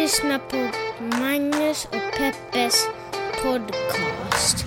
lyssnar på Magnus och Peppes podcast.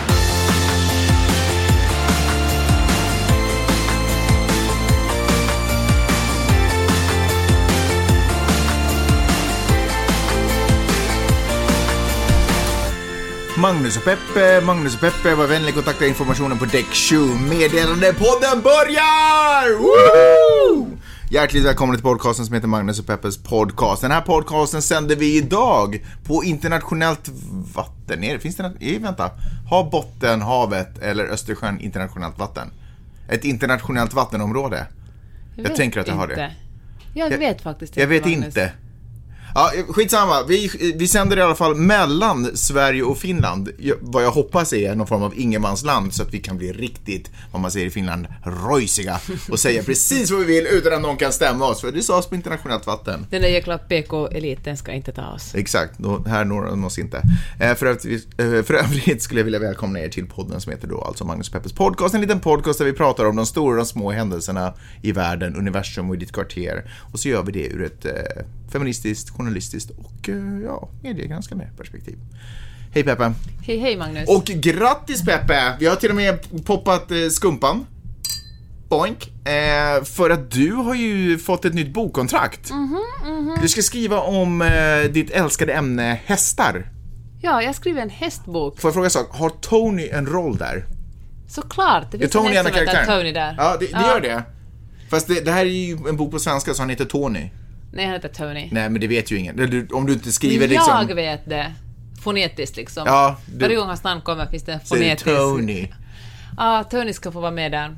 Magnus och Peppe, var vänlig kontakta informationen på Däck 7. Meddelandepodden börjar! Woo! Hjärtligt välkommen till podcasten som heter Magnus och Peppes podcast. Den här podcasten sänder vi idag på internationellt vatten. Finns det vänta. Har Bottenhavet eller Östersjön internationellt vatten? Ett internationellt vattenområde. Jag tänker att jag har det. Jag vet faktiskt inte. Jag vet inte. Ja, skitsamma. Vi sänder i alla fall mellan Sverige och Finland. Vad jag hoppas är någon form av ingenmansland, så att vi kan bli riktigt, vad man säger i Finland, rojsiga och säga precis vad vi vill utan att någon kan stämma oss. För det sades på internationellt vatten. Den där jäkla PK-eliten ska inte ta oss. Exakt, här når de oss inte. För övrigt skulle jag vilja välkomna er till podden som heter då alltså Magnus och Peppes podcast. En liten podcast där vi pratar om de stora och de små händelserna i världen, universum och i ditt kvarter. Och så gör vi det ur ett feministiskt, journalistiskt och mediegranskande perspektiv. Hej Peppe. Hej Magnus. Och grattis Peppe. Vi har till och med poppat skumpan. Boink. För att du har ju fått ett nytt bokkontrakt. Du ska skriva om ditt älskade ämne hästar. Ja, jag skriver en hästbok. Får jag fråga en sak? Har Tony en roll där? Såklart. Det finns Tony en häst som heter Tony där. Ja, det gör det. Fast det här är ju en bok på svenska så han heter Tony. Nej, han heter Tony. Nej, men det vet ju ingen. Om du inte skriver men liksom... jag vet det. Fonetiskt liksom. Ja, varje gång hans namn kommer finns det fonetiskt. Tony. Ja, Tony ska få vara med där.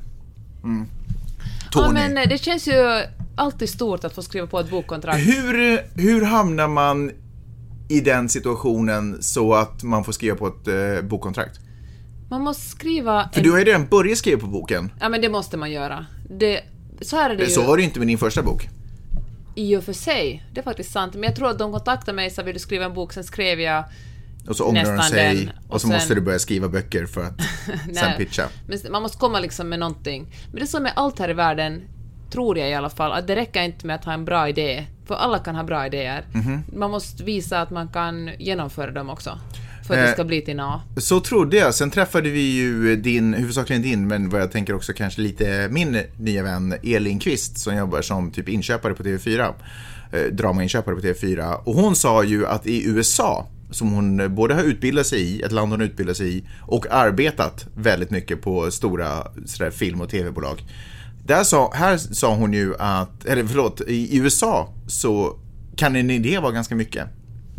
Tony. Ja, men det känns ju alltid stort att få skriva på ett bokkontrakt. Hur hamnar man i den situationen så att man får skriva på ett bokkontrakt? Man måste skriva... För du har ju redan börjat skriva på boken. Ja, men det måste man göra. Så här är det ju... Så var det inte med din första bok. I och för sig, det är faktiskt sant. Men jag tror att de kontaktade mig så vill du skriva en bok, sen skrev jag och så ångrar de sig den, och så sen... måste du börja skriva böcker för att sen pitcha. Men man måste komma liksom med någonting. Men det som är allt här i världen, tror jag i alla fall, att det räcker inte med att ha en bra idé. För alla kan ha bra idéer. Man måste visa att man kan genomföra dem också. För att det ska bli till A. Så trodde jag. Sen träffade vi ju huvudsakligen din, men vad jag tänker också kanske lite min nya vän Elin Kvist som jobbar som typ inköpare på TV4. Dramainköpare på TV4. Och hon sa ju att i USA, som hon både har utbildat sig i, ett land hon utbildat sig i, och arbetat väldigt mycket på stora sådär, film- och tv-bolag. Här sa hon ju att, i USA så kan en idé vara ganska mycket.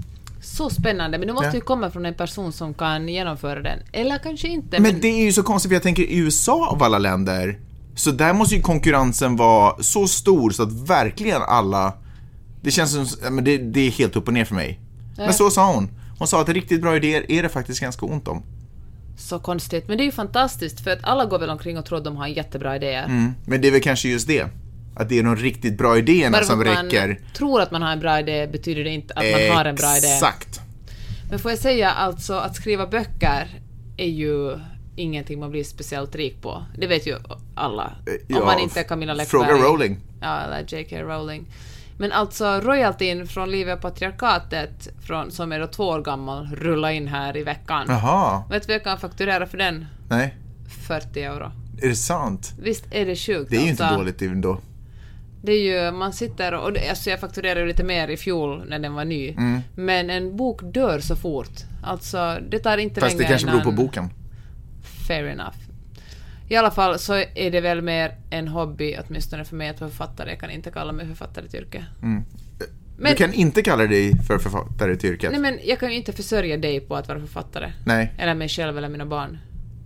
Så spännande, men du måste ju komma från en person som kan genomföra den. Eller kanske inte. Men det är ju så konstigt, för jag tänker i USA av alla länder, så där måste ju konkurrensen vara så stor så att verkligen alla... Det känns som... Men det är helt upp och ner för mig. Men så sa hon. Hon sa att riktigt bra idéer är det faktiskt ganska ont om. Så konstigt, men det är ju fantastiskt, för att alla går väl omkring och tror att de har jättebra idéer. Men det är väl kanske just det. Att det är någon riktigt bra idéerna som räcker. Man tror att man har en bra idé betyder det inte att man har en bra idé. Exakt. Men får jag säga alltså att skriva böcker är ju ingenting man blir speciellt rik på. Det vet ju alla. Om man inte är Camilla Läckberg. Fråga Rowling. Ja, eller J.K. Rowling. Men alltså royaltyn från Livet och patriarkatet som är då 2 år gammal rullar in här i veckan. Jaha. Vet du vad jag kan fakturera för den? Nej. 40 euro. Är det sant? Visst är det sjukt. Det är ju inte dåligt ändå. Det är ju, man sitter och alltså jag fakturerade lite mer i fjol när den var ny. Men en bok dör så fort. Alltså det tar inte fast längre. Fast det kanske beror på boken. Fair enough. I alla fall så är det väl mer en hobby, åtminstone för mig, att vara författare. Jag kan inte kalla mig författare till yrke. Men, du kan inte kalla dig för författare till yrket? Nej, men jag kan ju inte försörja dig på att vara författare. Nej. Eller mig själv eller mina barn.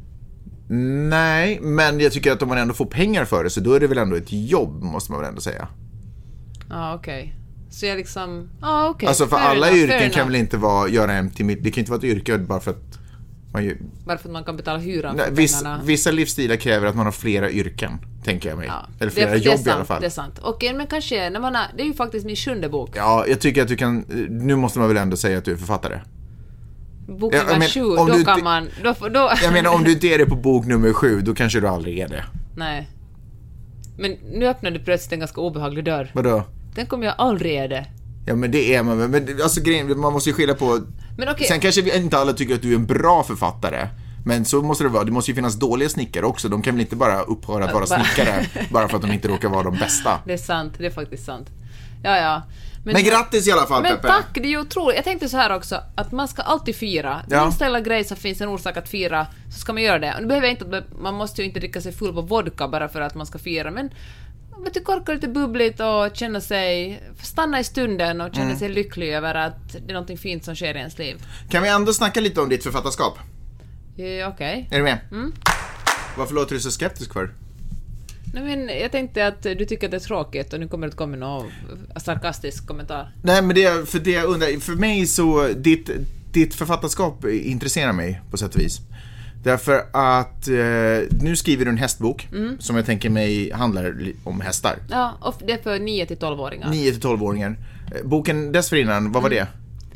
Nej, men jag tycker att om man ändå får pengar för det, så då är det väl ändå ett jobb, måste man väl ändå säga. Ja, okej. Så jag liksom... Ja, okej. Alltså för alla yrken kan väl inte göra en till mitt... Det kan inte vara ett yrke bara för att man bara för att man kan betala hyran. Nej, vissa livsstilar kräver att man har flera yrken, tänker jag mig. Ja, eller flera jobb sant, i alla fall. Det är sant. Okej, men kanske när det är ju faktiskt min 7:e bok. Ja, jag tycker att du kan... Nu måste man väl ändå säga att du är författare. Bok nummer 7, då kan man... Då. Jag menar, om du inte är det på bok nummer 7, då kanske du aldrig är det. Nej. Men nu öppnar du plötsligt en ganska obehaglig dörr. Vadå? Den kommer jag aldrig är det. Ja, men det är man. Men alltså, man måste ju skilja på... Men okej. Sen kanske vi inte alla tycker att du är en bra författare. Men så måste det vara. Det måste ju finnas dåliga snickare också. De kan väl inte bara upphöra att vara snickare bara för att de inte råkar vara de bästa. Det är sant, det är faktiskt sant. Ja. Men grattis i alla fall, men Peppe. Tack, det är ju otroligt. Jag tänkte så här också, att man ska alltid fira. Ja. Minsta lilla grej så finns en orsak att fira, så ska man göra det. Och det behöver inte, man måste ju inte dricka sig full på vodka bara för att man ska fira, men vet du, korka lite bubbligt och känna sig, stanna i stunden och känna sig lycklig över att det är någonting fint som sker i ens liv. Kan vi ändå snacka lite om ditt författarskap? Okej. Är du med? Varför låter du så skeptisk för? Nej, men jag tänkte att du tycker att det är tråkigt och nu kommer det att komma någon sarkastisk kommentar. Nej, men det jag undrar, för mig så ditt författarskap intresserar mig på sätt och vis. Därför att nu skriver du en hästbok som jag tänker mig handlar om hästar. Ja, och det är för 9-12-åringar. 9-12-åringar. Boken dessförinnan, vad var det?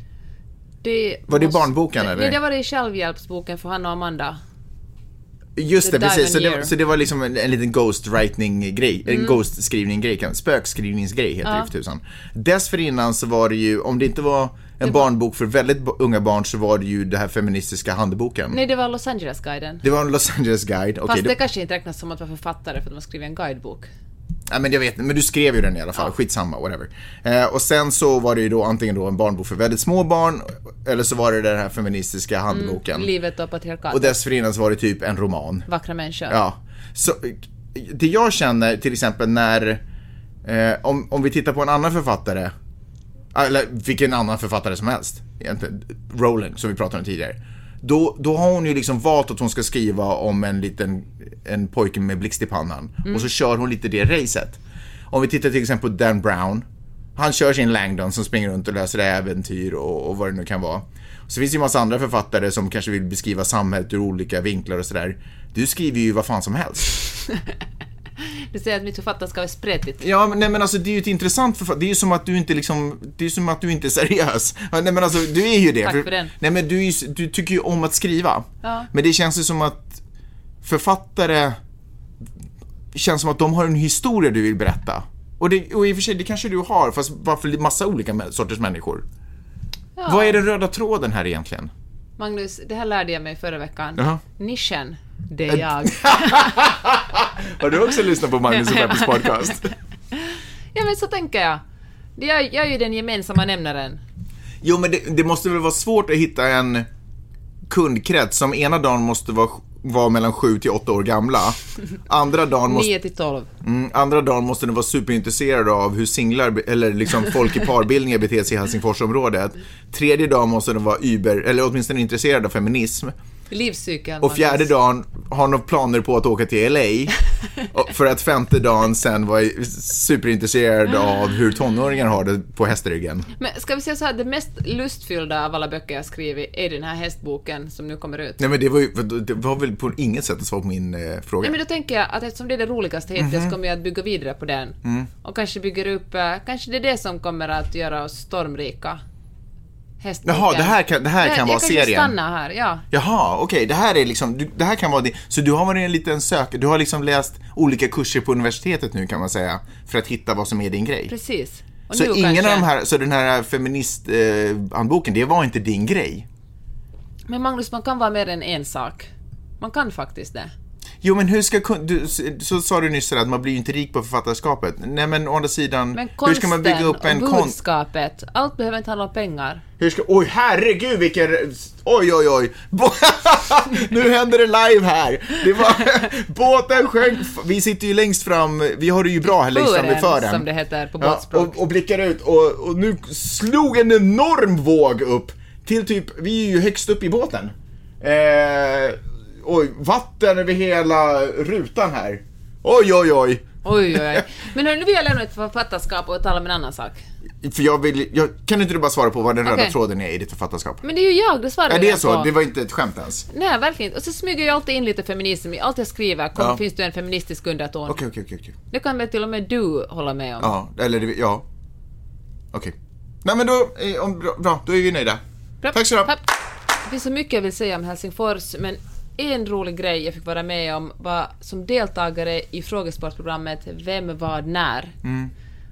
Var det barnboken eller? Nej, det var det självhjälpsboken för Hanna och Amanda. Just det, precis. Diamond Så det var liksom en liten ghostwriting-grej. En ghostskrivning-grej. Spökskrivningsgrej heter det för tusan. Dessförinnan så var det ju, om det inte var en barnbok för väldigt unga barn, så var det ju det här feministiska handboken. Nej, det var Los Angeles-guiden. Det var en Los Angeles-guide. Fast det kanske inte räknas som att vara författare för att man skriver en guidebok. Ja, men jag vet, men du skrev ju den i alla fall, skitsamma, whatever. Och sen så var det ju då antingen då en barnbok för väldigt små barn, eller så var det den här feministiska handboken. Livet och patriarkatet. Och dessförinnan så var det typ en roman. Vackra människor. Ja, så det jag känner till exempel när, om vi tittar på en annan författare, eller vilken annan författare som helst, egentligen, Rowling som vi pratade om tidigare, då har hon ju liksom valt att hon ska skriva om en pojke med blixt i pannan. Och så kör hon lite det racet. Om vi tittar till exempel på Dan Brown, han kör sin Langdon som springer runt och löser äventyr och vad det nu kan vara. Så finns det ju en massa andra författare som kanske vill beskriva samhället ur olika vinklar och sådär. Du skriver ju vad fan som helst. Du säger att mitt författarskap är spretigt. Ja, men alltså det är ju ett intressant författare. Det är ju som att du inte liksom, det är som att du inte är seriös. Nej, men alltså du är ju det. Tack för den. Nej, men du tycker ju om att skriva. Ja. Men det känns ju som att författare känns som att de har en historia du vill berätta. Och i och för sig, det kanske du har, fast bara för massa olika sorters människor. Ja. Vad är den röda tråden här egentligen? Magnus, det här lärde jag mig förra veckan. Uh-huh. Nischen, det är jag. Har du också lyssnat på Magnus och Peppes podcast? Ja, men så tänker jag. Jag är ju den gemensamma nämnaren. Jo, men det måste väl vara svårt att hitta en kundkrets som ena dagen måste vara mellan 7 till 8 år gamla. Andra dagen 9 till 12. Andra dagen måste den vara superintresserad av hur singlar eller liksom folk i parbildningar beter sig i Helsingforsområdet. Tredje dagen måste den vara eller åtminstone intresserad av feminism. Livscykeln. Och fjärde dagen har några planer på att åka till LA. För att femte dagen sen var superintresserad av hur tonåringar har det på hästryggen. Men ska vi säga så här, det mest lustfyllda av alla böcker jag skrivit är den här hästboken som nu kommer ut. Nej, men det var väl på inget sätt att svara på min fråga. Nej, men då tänker jag att eftersom det är det roligaste hittills så kommer jag att bygga vidare på den. Och kanske bygger upp, kanske det är det som kommer att göra oss stormrika. Hästboken. Jaha, det här kan vara serien. Jag kan stanna här, ja. Jaha, okej, det här är liksom, det här kan vara det. Så du har varit en liten du har liksom läst olika kurser på universitetet nu, kan man säga, för att hitta vad som är din grej. Precis. Och så nu ingen kanske... av de här, så den här feministhandboken, det var inte din grej. Men Magnus, man kan vara mer än en sak. Man kan faktiskt det. Jo, men hur ska så sa du nyss att man blir ju inte rik på författarskapet. Nej, men å andra sidan, men hur ska man bygga upp en budskapet, allt behöver inte handla om pengar. Oj, herregud, vilken... Oj. Nu händer det live här. Det var... Båten sjönk... Vi sitter ju längst fram... Vi har det ju bra här längst fram vid fören. Som det heter på båtspråk. Och blickar ut. Och nu slog en enorm våg upp. Till typ... Vi är ju högst upp i båten. Oj, vatten över hela rutan här. Oj. Men nu vill jag lämna ett författarskap och tala om en annan sak. För kan inte du bara svara på vad den röda tråden är i ditt författarskap? Men det är ju jag, det svarar jag på. Ja, det är så, det var inte ett skämt ens. Nej, verkligen inte. Och så smyger jag alltid in lite feminism i allt jag skriver. Finns det en feministisk underton. Okej. Det kan väl till och med du hålla med om. Ja, eller ja. Okej. Nej, men då är vi nöjda. Tack så mycket. Det finns så mycket jag vill säga om Helsingfors, men en rolig grej jag fick vara med om var som deltagare i frågesportprogrammet Vem, vad, när.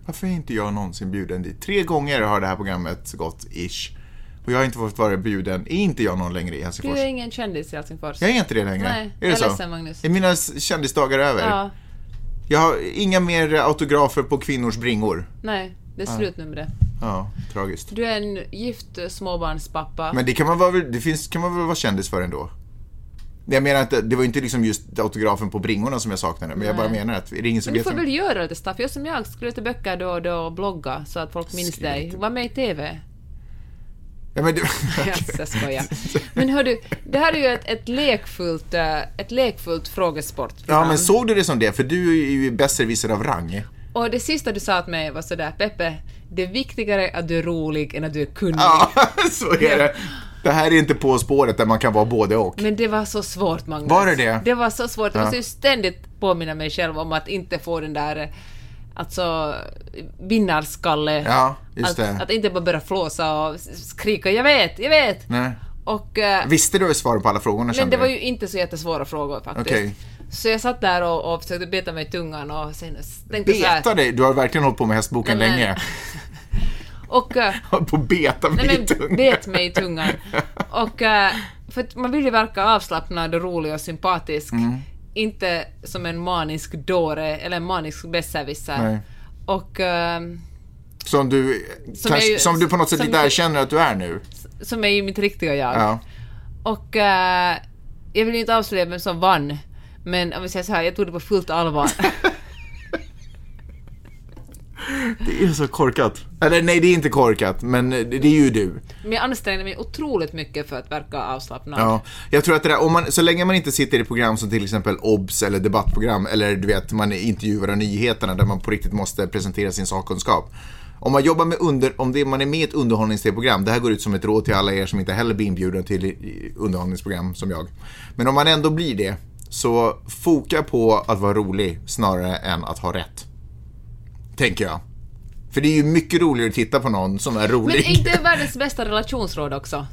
Varför är inte jag någonsin bjuden dit? 3 gånger har det här programmet gått ish. Och jag har inte fått vara bjuden. Är inte jag någon längre i Helsingfors? Du är ingen kändis i Helsingfors. Jag är inte det längre. Nej, är det så? Ledsen, Magnus. Är mina kändisdagar över? Ja. Jag har inga mer autografer på kvinnors bringor. Nej, det är slut nu med det. Ja, tragiskt. Du är en gift småbarnspappa. Men det kan man kan man väl vara kändis för ändå. Jag menar att det var inte liksom just autografen på bringorna som jag saknade. Men jag bara menar att det är ingen som men du vet får väl göra lite stuff. Jag som jag skriver lite böcker då och då och blogga så att folk minns dig. Var med i TV. Ja, men Jag skojar. Men hördu, det här är ju ett lekfullt frågesport. Ja, men såg du det som det? För du är ju besserwisser av rang. Och det sista du sa till mig var sådär, Peppe, det är viktigare att du är rolig än att du är kunnig. Ja, så är det. Det här är inte På spåret där man kan vara både och. Men det var så svårt, Magnus. Var det det? Det var så svårt. Jag måste ju ständigt påminna mig själv om att inte få den där vinnarskalle. Ja, just det. Att inte bara börja flåsa och skrika, jag vet. Nej. Och, visste du svaren på alla frågorna? Men det var ju inte så jättesvåra frågor faktiskt. Okay. Så jag satt där och försökte beta mig i tungan och sen tänkte så här. Beta dig? Du har verkligen hållit på med hästboken länge. Och på beta mig i tungan. Bet mig i tungan. Och för att man vill ju verka avslappnad och rolig och sympatisk. Inte som en manisk dåre eller en manisk besserwisser. Och som du på något sätt lite erkänner att du är nu. Som är ju mitt riktiga jag. Ja. Och jag vill ju inte avslöja vem som vann. Men om vi säger så här, jag tog det på fullt allvar. Det är så korkat. Eller nej, det är inte korkat, men det är ju du. Men jag ansträngde mig otroligt mycket för att verka avslappnad. Ja, jag tror att det där, så länge man inte sitter i program som till exempel OBS eller debattprogram, eller du vet, man intervjuar av nyheterna där man på riktigt måste presentera sin sakkunskap. Om man jobbar med man är med i ett underhållningsprogram, det här går ut som ett råd till alla er som inte heller blir inbjudna till underhållningsprogram som jag. Men om man ändå blir det, så foka på att vara rolig snarare än att ha rätt. Tänker jag. För det är ju mycket roligare att titta på någon som är rolig. Men inte världens bästa relationsråd också?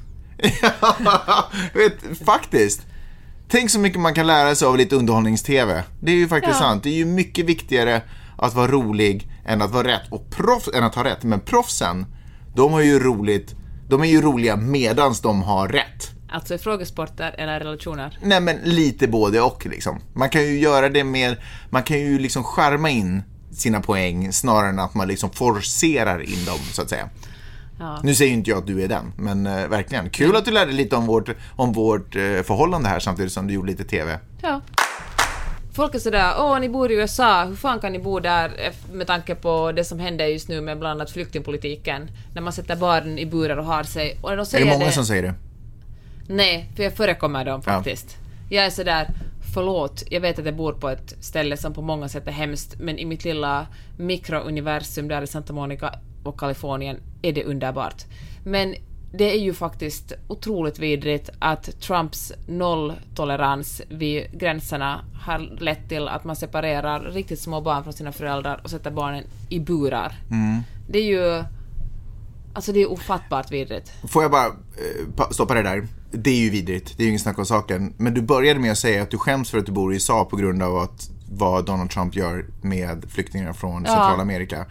Faktiskt. Tänk så mycket man kan lära sig av lite underhållnings-tv. Det är ju faktiskt sant. Det är ju mycket viktigare att vara rolig än att vara rätt. Och än att ha rätt. Men proffsen, de är ju roliga medans de har rätt. Alltså i frågesporter eller relationer? Nej, men lite både och liksom. Man kan ju göra det mer, man kan ju liksom skärma in sina poäng snarare än att man liksom forcerar in dem, så att säga. Ja. Nu säger inte jag att du är den, men verkligen. Kul att du lärde lite om vårt förhållande här samtidigt som du gjorde lite tv. Ja. Folk är sådär, ni bor i USA, hur fan kan ni bo där med tanke på det som händer just nu med bland annat flyktingpolitiken, när man sätter barn i burar och har sig. Och de säger är det många som säger det? Nej, för jag förekommer dem faktiskt. Ja. Jag är sådär, förlåt, jag vet att jag bor på ett ställe som på många sätt är hemskt, men i mitt lilla mikrouniversum där i Santa Monica och Kalifornien är det underbart. Men det är ju faktiskt otroligt vidrigt att Trumps nolltolerans vid gränserna har lett till att man separerar riktigt små barn från sina föräldrar och sätter barnen i burar. Det är ju... Alltså det är ofattbart vidrigt. Får jag bara stoppa det där? Det är ju vidrigt, det är ju ingen snack om saken. Men du började med att säga att du skäms för att du bor i USA på grund av vad Donald Trump gör med flyktingar från Centralamerika.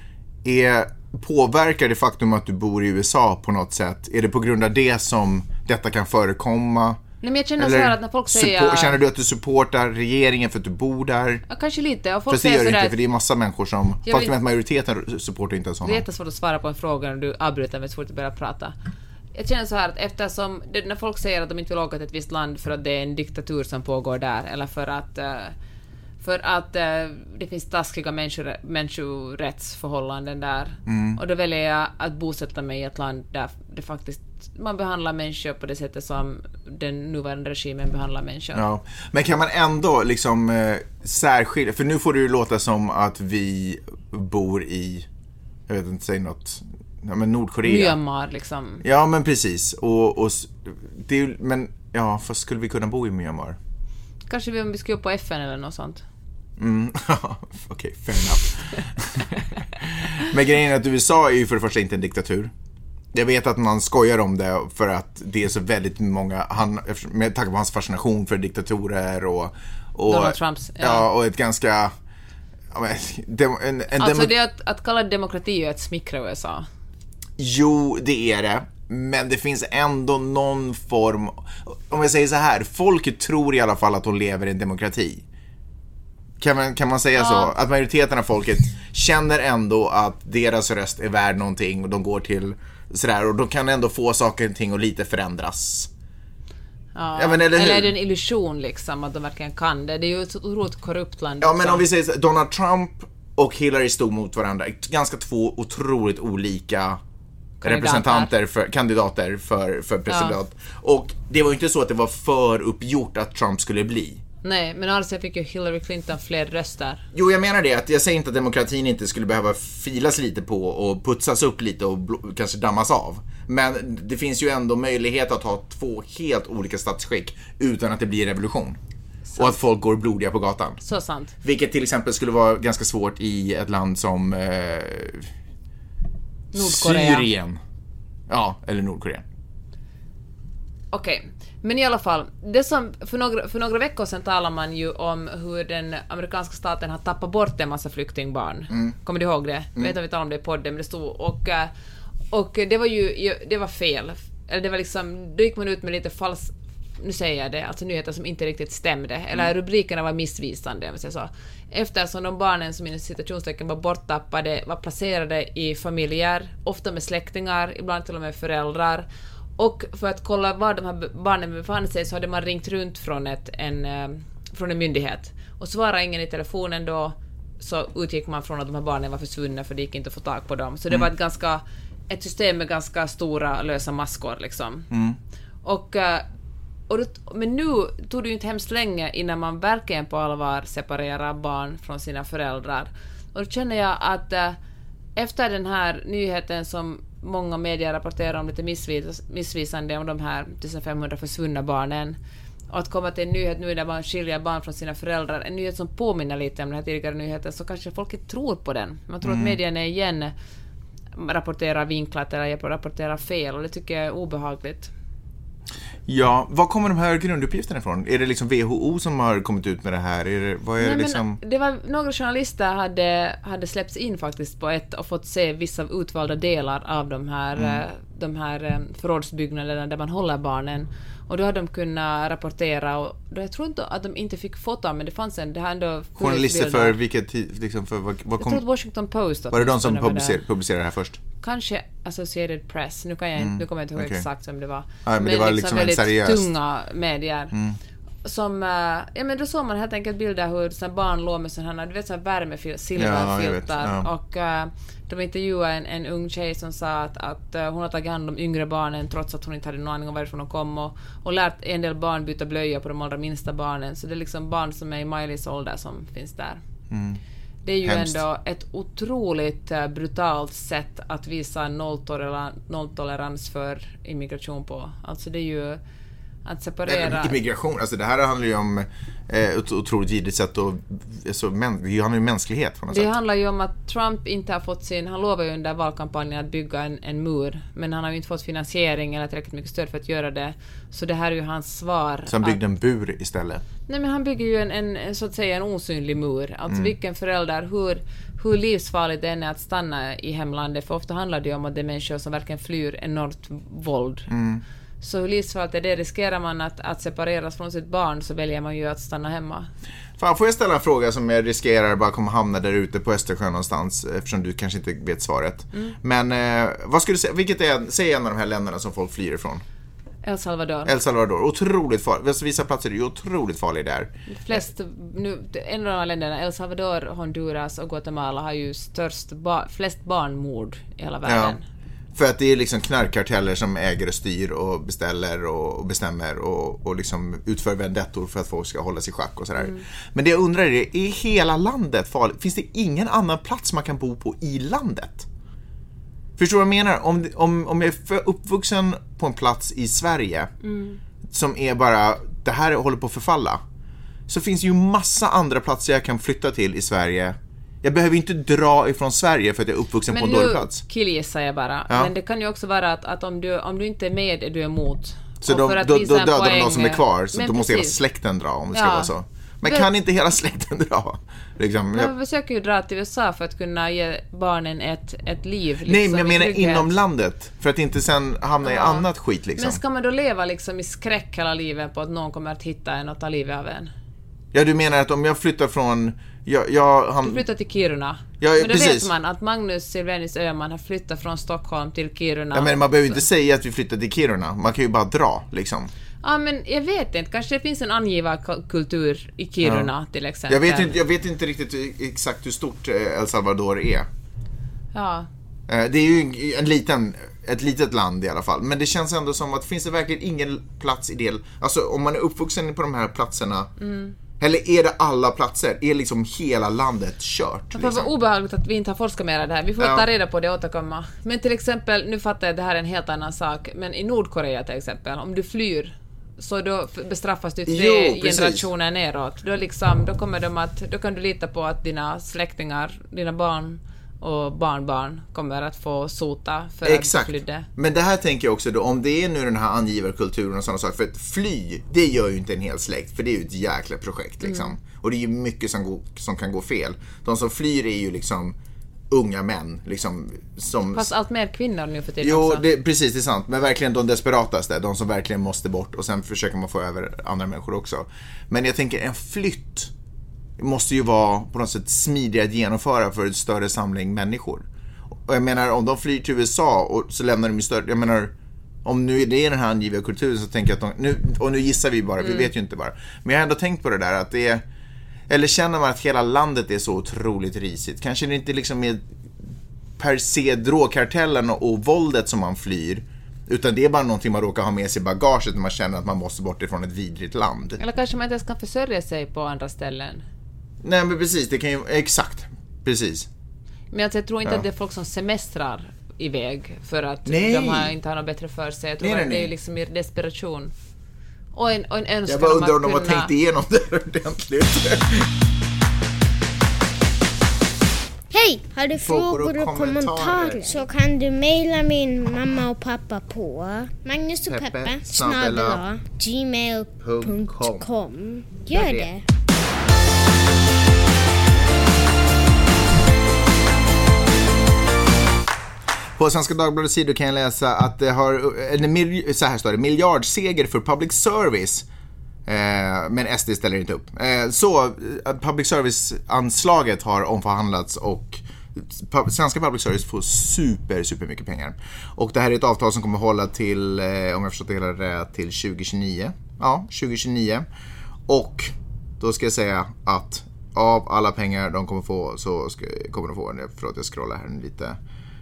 Påverkar det faktum att du bor i USA på något sätt? Är det på grund av det som detta kan förekomma? Nej, men jag känner så här att när folk säger... Känner du att du supportar regeringen för att du bor där? Ja, kanske lite. Och folk säger säger inte, för det är massa människor som... Faktum är att majoriteten supportar inte ens honom. Det är jättesvårt att svara på en fråga när du avbryter mig så fort du börjar prata. Jag känner så här att eftersom... när folk säger att de inte vill åka till ett visst land för att det är en diktatur som pågår där, eller för att det finns taskiga människorättsförhållanden där. Och då väljer jag att bosätta mig i ett land där det faktiskt man behandlar människor på det sättet som den nuvarande regimen behandlar människor. Ja. Men kan man ändå liksom särskilja, för nu får det ju låta som att vi bor i, jag vet inte, säg något, men Nordkorea. Myanmar liksom. Ja, men precis. Och det är, men ja, fast skulle vi kunna bo i Myanmar? Kanske om vi ska upp på FN eller något sånt. Okej, fair enough. Men grejen är att USA är ju för det första inte en diktatur. Jag vet att man skojar om det för att det är så väldigt många, med tanke på hans fascination för diktatorer och Donald Trumps. Ja, och ett ganska Alltså det att kalla demokrati är att smickra USA. Jo, det är det. Men det finns ändå någon form... Om jag säger så här, folket tror i alla fall att de lever i en demokrati. Kan man säga så? Att majoriteten av folket känner ändå att deras röst är värd någonting och de går till sådär, och de kan ändå få saker och ting och lite förändras. Ja. Ja, men, eller är det en illusion liksom att de verkligen kan det? Det är ju ett otroligt korrupt land. Ja, men om vi säger så, Donald Trump och Hillary stod mot varandra. Ganska två otroligt olika kandidater för president. Ja. Och det var ju inte så att det var för uppgjort att Trump skulle bli. Nej, men alltså fick ju Hillary Clinton fler röster. Jo, jag menar det. Att jag säger inte att demokratin inte skulle behöva filas lite på och putsas upp lite och kanske dammas av. Men det finns ju ändå möjlighet att ha två helt olika statsskick utan att det blir revolution. Sant. Och att folk går blodiga på gatan. Så sant. Vilket till exempel skulle vara ganska svårt i ett land som Nordkorea. Syrien. Ja, eller Nordkorea. Okej. Men i alla fall, det som för några veckor sedan talade man ju om hur den amerikanska staten har tappat bort en massa flyktingbarn. Kommer du ihåg det? Jag vet att vi talade om det i podden, men det stod och det var ju det var fel. Eller det var liksom, då gick man ut med lite nu säger jag det, alltså nyheter som inte riktigt stämde. Eller rubrikerna var missvisande, om jag säger så. Eftersom de barnen som i citationstecken var borttappade var placerade i familjer, ofta med släktingar, ibland till och med föräldrar. Och för att kolla var de här barnen befann sig så hade man ringt runt från en myndighet. Och svarade ingen i telefonen då, så utgick man från att de här barnen var försvunna för det gick inte att få tag på dem. Så det var ett system med ganska stora lösa maskor liksom. Men nu tog det ju inte hemskt länge innan man verkligen på allvar separerar barn från sina föräldrar. Och då känner jag att efter den här nyheten som många medier rapporterar om lite missvisande om de här 1500 försvunna barnen, och att komma till en nyhet nu där man skiljer barn från sina föräldrar, en nyhet som påminner lite om den här tidigare nyheten, så kanske folk inte tror på den. Man tror att medierna igen rapporterar vinklat eller rapporterar fel, och det tycker jag är obehagligt. Ja, var kommer de här grunduppgifterna ifrån? Är det liksom WHO som har kommit ut med det här? Det var några journalister hade släppts in faktiskt på och fått se vissa utvalda delar av de här förrådsbyggnaderna där man håller barnen. Och då hade de kunnat rapportera, och då, jag tror inte att de inte fick fota, men det fanns det här ändå journalister för vilket liksom för vad jag tror att Washington Post var det de som publicerade det här först? Kanske Associated Press. Nu kommer jag inte ihåg exakt vem det var. Ja, men det var liksom väldigt seriöst tunga medier. Som men då såg man helt enkelt bilder hur så barn låg med sådana här, du vet, så silverfiltar, och de intervjuade en ung tjej som sa att hon har tagit hand om yngre barnen trots att hon inte hade någon aning om varifrån de kom, och lärt en del barn byta blöja på de allra minsta barnen. Så det är liksom barn som är i Miley's ålder som finns där. Det är ju ändå ett otroligt brutalt sätt att visa nolltolerans för immigration på. Alltså det är ju att separera... Immigration, alltså det här handlar ju om ett otroligt vidrigt sätt, och det handlar ju om mänsklighet på något sätt. Det handlar ju om att Trump inte har fått han lovar ju under valkampanjen att bygga en mur, men han har ju inte fått finansiering eller tillräckligt mycket stöd för att göra det. Så det här är ju hans svar. Så han byggde en bur istället? Nej, men han bygger ju en så att säga en osynlig mur. Alltså vilken förälder, hur livsfarligt det är att stanna i hemlandet, för ofta handlar det ju om att det är människor som verkligen flyr enormt våld. Så hur livsfarligt är det? Riskerar man att separeras från sitt barn, så väljer man ju att stanna hemma. Fan, får jag ställa en fråga som jag riskerar bara kommer hamna där ute på Östersjön någonstans, eftersom du kanske inte vet svaret. Men vad skulle du säga, säg en av de här länderna som folk flyr ifrån? El Salvador. Otroligt farligt. Alltså, vissa platser är ju otroligt farliga där. En av de här länderna, El Salvador, Honduras och Guatemala, har ju flest barnmord i hela världen. Ja. För att det är liksom knarkkarteller som äger och styr och beställer och bestämmer och liksom utför vendettor för att folk ska hålla sig i schack och sådär. Men det jag undrar är hela landet farligt? Finns det ingen annan plats man kan bo på i landet? Förstår du vad jag menar? Om jag är uppvuxen på en plats i Sverige som är bara, det här håller på att förfalla, så finns ju massa andra platser jag kan flytta till i Sverige. Jag behöver inte dra ifrån Sverige för att jag är uppvuxen på en dålig plats. Men nu killgissar jag bara. Ja. Men det kan ju också vara att om du inte är med, är du emot. Så då dödar de som är kvar. Så då måste hela släkten dra, om det ska vara så. Men kan inte hela släkten dra? Liksom, jag försöker ju dra till USA för att kunna ge barnen ett liv. Liksom, nej, men jag menar inom landet. För att inte sen hamna i annat skit. Liksom. Men ska man då leva liksom i skräck hela livet på att någon kommer att hitta en och ta livet av en? Ja, du menar att om jag flyttar från... Du flyttar till Kiruna. Ja, men då precis. vet man att Magnus Silvenius Öhman har flyttat från Stockholm till Kiruna. Ja, men man behöver inte säga att vi flyttar till Kiruna. Man kan ju bara dra, liksom. Ja, men jag vet inte. Kanske det finns en angivarkultur i Kiruna till exempel. Jag vet inte riktigt exakt hur stort El Salvador är. Ja. Det är ju ett litet land i alla fall. Men det känns ändå som att finns det verkligen ingen plats i det. Alltså om man är uppvuxen på de här platserna. Eller är det alla platser? Är liksom hela landet kört? Det var obehagligt att vi inte har forskat mer i det här. Vi får ta reda på det och återkomma. Men till exempel, nu fattar jag att det här är en helt annan sak. Men i Nordkorea till exempel, om du flyr så då bestraffas du 3 generationer neråt. Då kan du lita på att dina släktingar, dina barn och barnbarn kommer att få sota för att du flydde. Men det här tänker jag också då, om det är nu den här angivarkulturen och sådana saker, för att fly, det gör ju inte en hel släkt, för det är ju ett jäkla projekt liksom. Och det är ju mycket som kan gå fel. De som flyr är ju liksom unga män liksom, fast allt mer kvinnor nu för tiden. Jo, också. Precis, det är sant. Men verkligen de desperataste, de som verkligen måste bort. Och sen försöker man få över andra människor också. Men jag tänker, en flytt måste ju vara på något sätt smidigare att genomföra för ett större samling människor. Och jag menar, om de flyr till USA och så lämnar de ju större... Jag menar, om nu är det den här angiviga kulturen så tänker jag att nu gissar vi bara, vi vet ju inte bara. Men jag har ändå tänkt på det där att det är... Eller känner man att hela landet är så otroligt risigt? Kanske det inte liksom är per se drogkartellen och våldet som man flyr, utan det är bara någonting man råkar ha med sig i bagaget när man känner att man måste bort ifrån ett vidrigt land. Eller kanske man inte ens kan försörja sig på andra ställen. Nej, men precis, det kan ju... Exakt, precis. Men jag tror inte att det är folk som semestrar iväg för att de inte har något bättre för sig. Jag tror att det är liksom i desperation. Och en önskan. Jag bara undrar om de har tänkt igenom det ordentligt. Hej! Har du frågor och kommentarer så kan du mejla min mamma och pappa på magnusochpeppe@gmail.com. Gör det! På Svenska Dagbladets sidor kan jag läsa att det har så här står det, miljardseger för public service. Men SD ställer inte upp. Så public service-anslaget har omförhandlats och svenska public service får super mycket pengar. Och det här är ett avtal som kommer hålla till, om jag förstått det hela rätt, till 2029. Ja, 2029. Och då ska jag säga att av alla pengar de kommer få så kommer de få, förlåt jag scrollar här lite.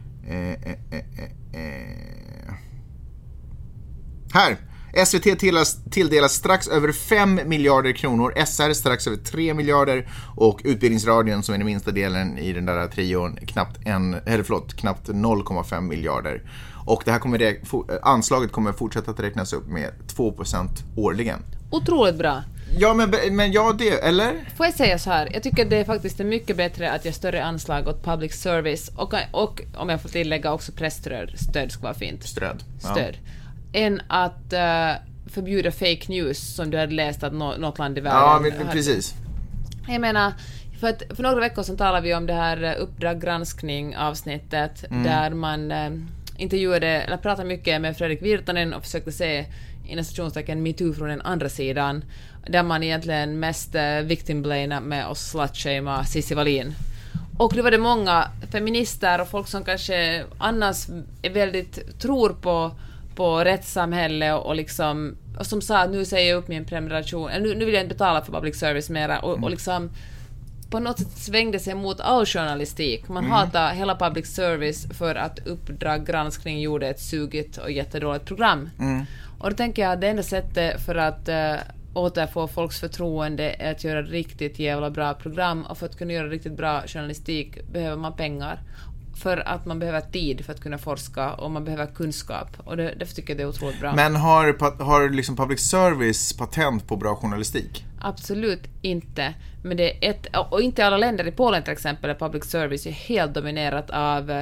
Här SVT tilldelas strax över 5 miljarder kronor, SR strax över 3 miljarder och Utbildningsradion som är den minsta delen i den där trion knappt 0,5 miljarder. Och det här anslaget kommer fortsätta att räknas upp med 2% årligen. Otroligt bra. Ja, men ja, det, eller? Får jag säga så här, jag tycker det är faktiskt mycket bättre att ge större anslag åt public service och om jag får tillägga också pressstöd ska vara fint. Stöd. Än att förbjuda fake news som du hade läst att något land i världen. Ja, men precis. Jag menar, för några veckor sedan talade vi om det här Uppdrag granskning avsnittet där man intervjuade eller pratade mycket med Fredrik Virtanen och försökte se inom stationstecken MeToo från den andra sidan, där man egentligen mest victim-blame med att slut-shama Cissi Wallin. Och det var det många feminister och folk som kanske annars är väldigt tror på rättssamhälle och liksom, och som sa att nu säger jag upp min prenumeration, nu vill jag inte betala för public service mera och liksom på något sätt svängde sig mot all journalistik. Man hatar hela public service för att Uppdrag granskning gjorde ett sugigt och jättedåligt program. Och då tänker jag att det enda sättet för att återfå folks förtroende är att göra riktigt jävla bra program, och för att kunna göra riktigt bra journalistik behöver man pengar. För att man behöver tid för att kunna forska och man behöver kunskap. Och därför tycker jag det är otroligt bra. Men har liksom public service patent på bra journalistik? Absolut inte. Men det är och inte i alla länder. I Polen till exempel är public service helt dominerat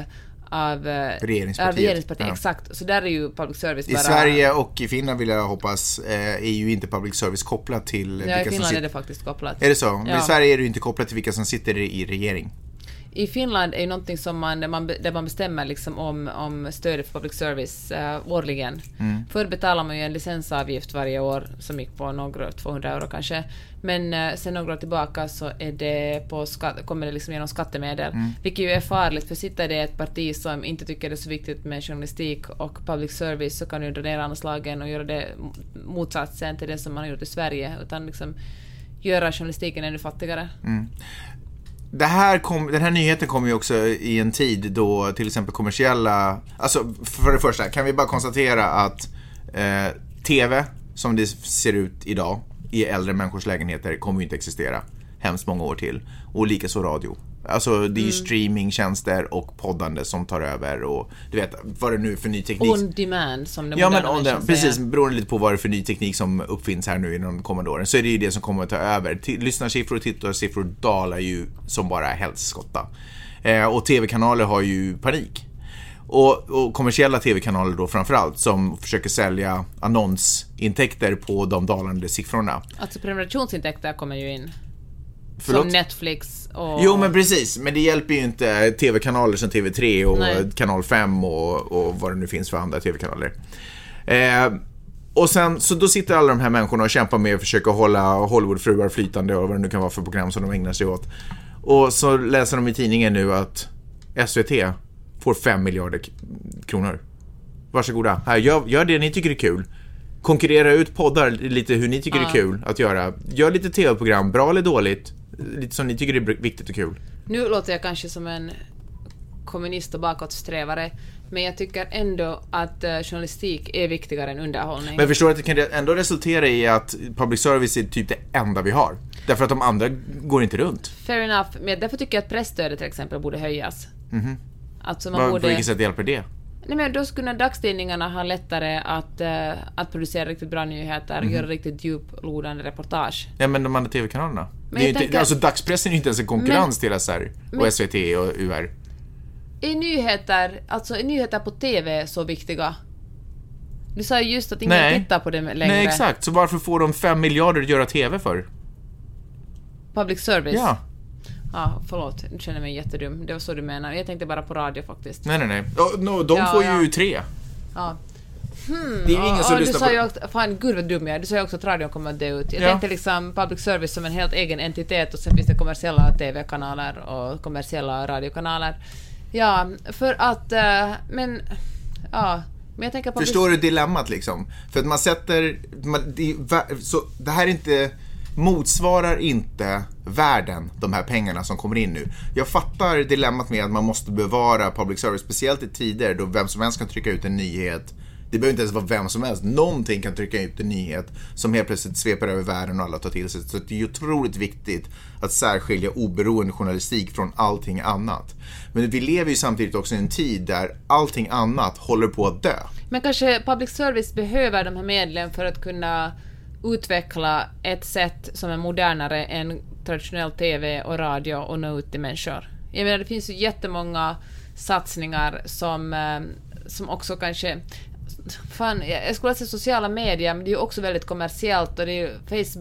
av regeringspartiet. Ja. Exakt. Så där är ju public service bara... I Sverige och i Finland vill jag hoppas är ju inte public service kopplat till vilka som sitter... i Finland är det faktiskt kopplat. Är det så? Ja. Men i Sverige är det ju inte kopplat till vilka som sitter i regering. I Finland är ju någonting som där man bestämmer liksom om stödet för public service årligen. Förr betalar man ju en licensavgift varje år som gick på några 200 euro kanske. Men sen några år tillbaka så är det kommer det liksom genom skattemedel. Vilket ju är farligt, för sitter det ett parti som inte tycker det är så viktigt med journalistik och public service, så kan du dra ner anslagen och göra det motsatsen till det som man har gjort i Sverige, utan liksom göra journalistiken ännu fattigare. Den här nyheten kommer ju också i en tid då till exempel kommersiella... Alltså för det första kan vi bara konstatera att tv som det ser ut idag i äldre människors lägenheter kommer ju inte existera hemskt många år till. Och likaså radio. Alltså det är ju streamingtjänster och poddande som tar över, och du vet vad det nu är för ny teknik. On demand som det moderna människan säger. Precis, beroende lite på vad det är för ny teknik som uppfinns här nu i de kommande åren, så är det ju det som kommer att ta över. Lyssnarsiffror och tittarsiffror dalar ju som bara helskotta. Och tv-kanaler har ju panik. Och kommersiella tv-kanaler då framförallt, som försöker sälja annonsintäkter på de dalande siffrorna. Alltså prenumerationsintäkter kommer ju in. Som Netflix och... Jo, men precis. Men det hjälper ju inte tv-kanaler som TV3 och Kanal 5 och vad det nu finns för andra tv-kanaler. Och sen, så då sitter alla de här människorna och kämpar med att försöka hålla Hollywoodfruar flytande och vad det nu kan vara för program som de ägnar sig åt. Och så läser de i tidningen nu att SVT får 5 miljarder kronor. Varsågoda. Här, gör det ni tycker är kul. Konkurrera ut poddar lite hur ni tycker det är kul att göra. Gör lite tv-program, bra eller dåligt, lite som ni tycker är viktigt och kul. Nu låter jag kanske som en kommunist och bakåtsträvare, men jag tycker ändå att journalistik är viktigare än underhållning. Men förstår att det kan ändå resultera i att public service är typ det enda vi har. Därför att de andra går inte runt. Fair enough, men därför tycker jag att pressstödet till exempel borde höjas. Alltså man borde... På vilket sätt hjälper det? Nej, men då skulle dagstidningarna ha lättare att producera riktigt bra nyheter och göra riktigt djuplodande reportage. Ja, men de andra tv-kanalerna. Det är inte, alltså dagspressen är ju inte ens en konkurrens till SR och SVT och UR. Är nyheter på tv så viktiga? Du sa ju just att ingen tittar på det längre. Nej, exakt. Så varför får de 5 miljarder att göra tv för? Public service? Ja. Ja, förlåt. Nu känner jag mig jättedum. Det var så du menar. Jag tänkte bara på radio faktiskt. Nej. De får ju 3. Ja. Det är ju ingen som lyssnar på... Fan, gud vad dum jag är. Du sa ju också att radion kommer att dö ut. Jag tänkte liksom public service som en helt egen entitet, och sen finns det kommersiella tv-kanaler och kommersiella radiokanaler. Ja, för att... Men jag tänker på... Förstår du dilemmat liksom? För att man sätter... så det här är inte... motsvarar inte världen de här pengarna som kommer in nu. Jag fattar dilemmat med att man måste bevara public service, speciellt i tider då vem som helst kan trycka ut en nyhet. Det behöver inte ens vara vem som helst. Någonting kan trycka ut en nyhet som helt plötsligt sveper över världen och alla tar till sig. Så det är ju otroligt viktigt att särskilja oberoende journalistik från allting annat. Men vi lever ju samtidigt också i en tid där allting annat håller på att dö. Men kanske public service behöver de här medlen för att kunna utveckla ett sätt som är modernare än traditionell tv och radio och nå ut till människor. Jag menar, det finns ju jättemånga satsningar som också kanske... Fan, jag skulle säga sociala medier, men det är ju också väldigt kommersiellt, och det är ju,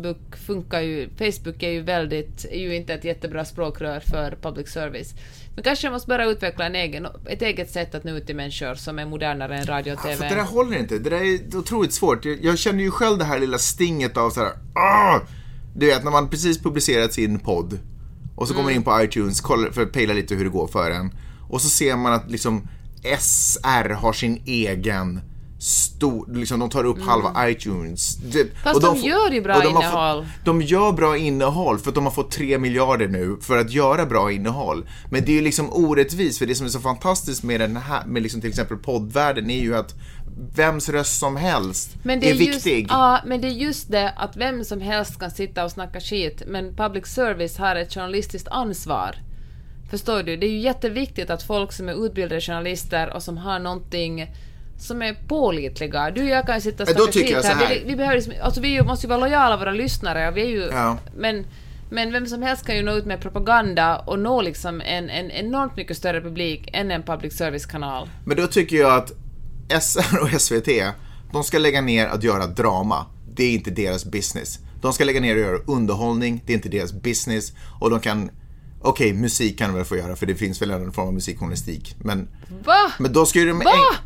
Facebook är ju inte ett jättebra språkrör för public service. Men kanske jag måste bara utveckla ett eget sätt att nå ut till människor som är modernare än radio och tv. För det där håller inte. Det där är otroligt svårt. Jag känner ju själv det här lilla stinget av så här. Du vet, när man precis publicerat sin podd och så kommer man in på iTunes för att pejla lite hur det går för en. Och så ser man att liksom SR har sin egen liksom de tar upp halva iTunes. Fast de gör ju bra innehåll. De gör bra innehåll för att de har fått 3 miljarder nu för att göra bra innehåll. Men det är ju liksom orättvist, för det som är så fantastiskt med den här, med liksom till exempel poddvärlden, är ju att vems röst som helst är viktig. Ja, men det är just det att vem som helst kan sitta och snacka skit, men public service har ett journalistiskt ansvar. Förstår du? Det är ju jätteviktigt att folk som är utbildade journalister och som har någonting som är pålitliga. Du och jag kan sitta och snacka skit här. Vi måste ju vara lojala våra lyssnare. Vi är ju, Men vem som helst kan ju nå ut med propaganda och nå liksom en enormt mycket större publik än en public service-kanal. Men då tycker jag att SR och SVT, de ska lägga ner att göra drama. Det är inte deras business. De ska lägga ner och göra underhållning. Det är inte deras business. Och de kan... Okej, musik kan de väl få göra, för det finns väl en form av musikjournalistik. Men då ska de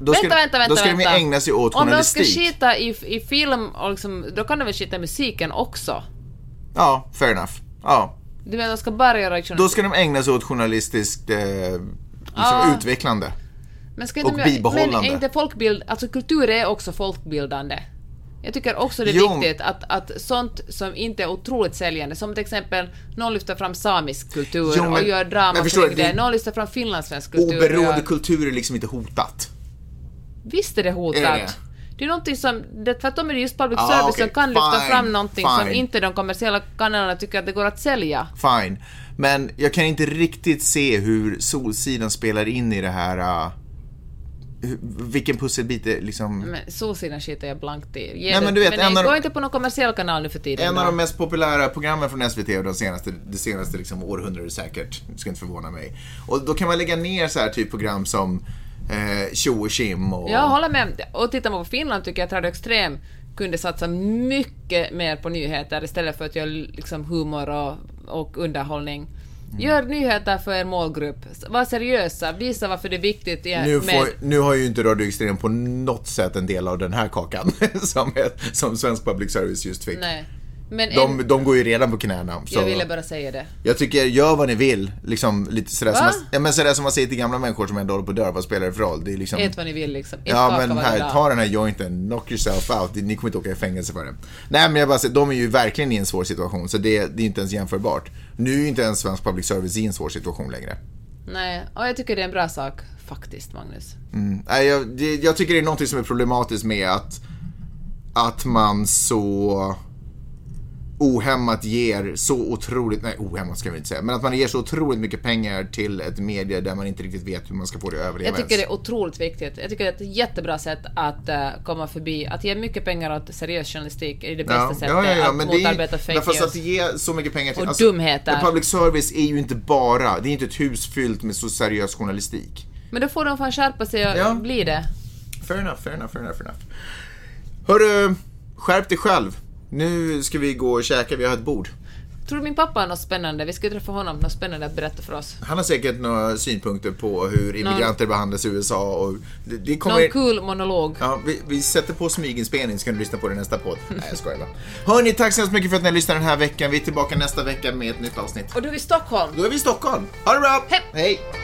ägna sig åt journalistik. Om de ska skita i film, och liksom, då kan de väl skita i musiken också. Ja, fair enough. Ja. Du menar, de ska bara göra journalistik? Då ska de ägna sig åt journalistiskt utvecklande. Men ska och bibehållande. Men inte alltså kultur är också folkbildande. Jag tycker också det är viktigt att sånt som inte är otroligt säljande, som till exempel någon lyfter fram samisk kultur och gör drama kring det. Någon lyfter fram finlandssvensk kultur. Oberoende kultur är liksom inte hotat. Visst är det hotat. Det är någonting som, tvärtom är det just public service som kan lyfta fram någonting som inte de kommersiella kanalerna tycker att det går att sälja. Fine. Men jag kan inte riktigt se hur Solsidan spelar in i det här... vilken pusselbit är liksom... Men Solsidan skiter jag blankt i. Nej, men du vet, men det går inte på någon kommersiell kanal nu för tiden. En av de mest populära programmen från SVT och det senaste liksom århundradet säkert. Det ska inte förvåna mig. Och då kan man lägga ner så här typ program som Tjo och Kim och... Jag håller med. Och tittar man på Finland tycker jag att Radio Extrem kunde satsa mycket mer på nyheter istället för att göra liksom humor och underhållning. Gör nyheter för er målgrupp. Var seriösa. Visa varför det är viktigt. Nu har ju inte Radio Extrem på något sätt en del av den här kakan som svensk public service just fick. Nej. Men de går ju redan på knäna. Så jag ville bara säga det. Jag tycker, gör vad ni vill. Liksom lite sådär som man säger till gamla människor som ändå håller på att dö. Vad spelar det för roll? Det är liksom... Ät vad ni vill liksom. Ja, men här, ta den här jointen. Knock yourself out. Ni kommer inte åka i fängelse för det. Nej, men jag bara säger, de är ju verkligen i en svår situation. Så det är inte ens jämförbart. Nu är ju inte ens svensk public service i en svår situation längre. Nej, och jag tycker det är en bra sak. Faktiskt, Magnus. Jag tycker det är någonting som är problematiskt med att man så... ohämmat ger så otroligt, nej ohämmat ska vi inte säga, men att man ger så otroligt mycket pengar till ett media där man inte riktigt vet hur man ska få det att överleva. Jag tycker det är otroligt viktigt. Jag tycker det är ett jättebra sätt att komma förbi. Att ge mycket pengar åt seriös journalistik är det bästa sättet att motarbeta fake news. Fast att ge så mycket pengar till... Och dumheter. Public service är ju inte bara, det är inte ett hus fyllt med så seriös journalistik. Men då får de fan skärpa sig och bli det. Fair enough. Hörru, skärp dig själv. Nu ska vi gå och käka, vi har ett bord. Tror du min pappa har något spännande? Vi ska träffa honom, något spännande att berätta för oss. Han har säkert några synpunkter på hur immigranter behandlas i USA. Och det kommer... Någon cool monolog. Ja, vi sätter på smyginspelning så kan du lyssna på det nästa podd. Nej, jag skojar bara. Hörni, tack så mycket för att ni har lyssnat den här veckan. Vi är tillbaka nästa vecka med ett nytt avsnitt. Och då är vi i Stockholm. Ha det bra! Hej! Hej.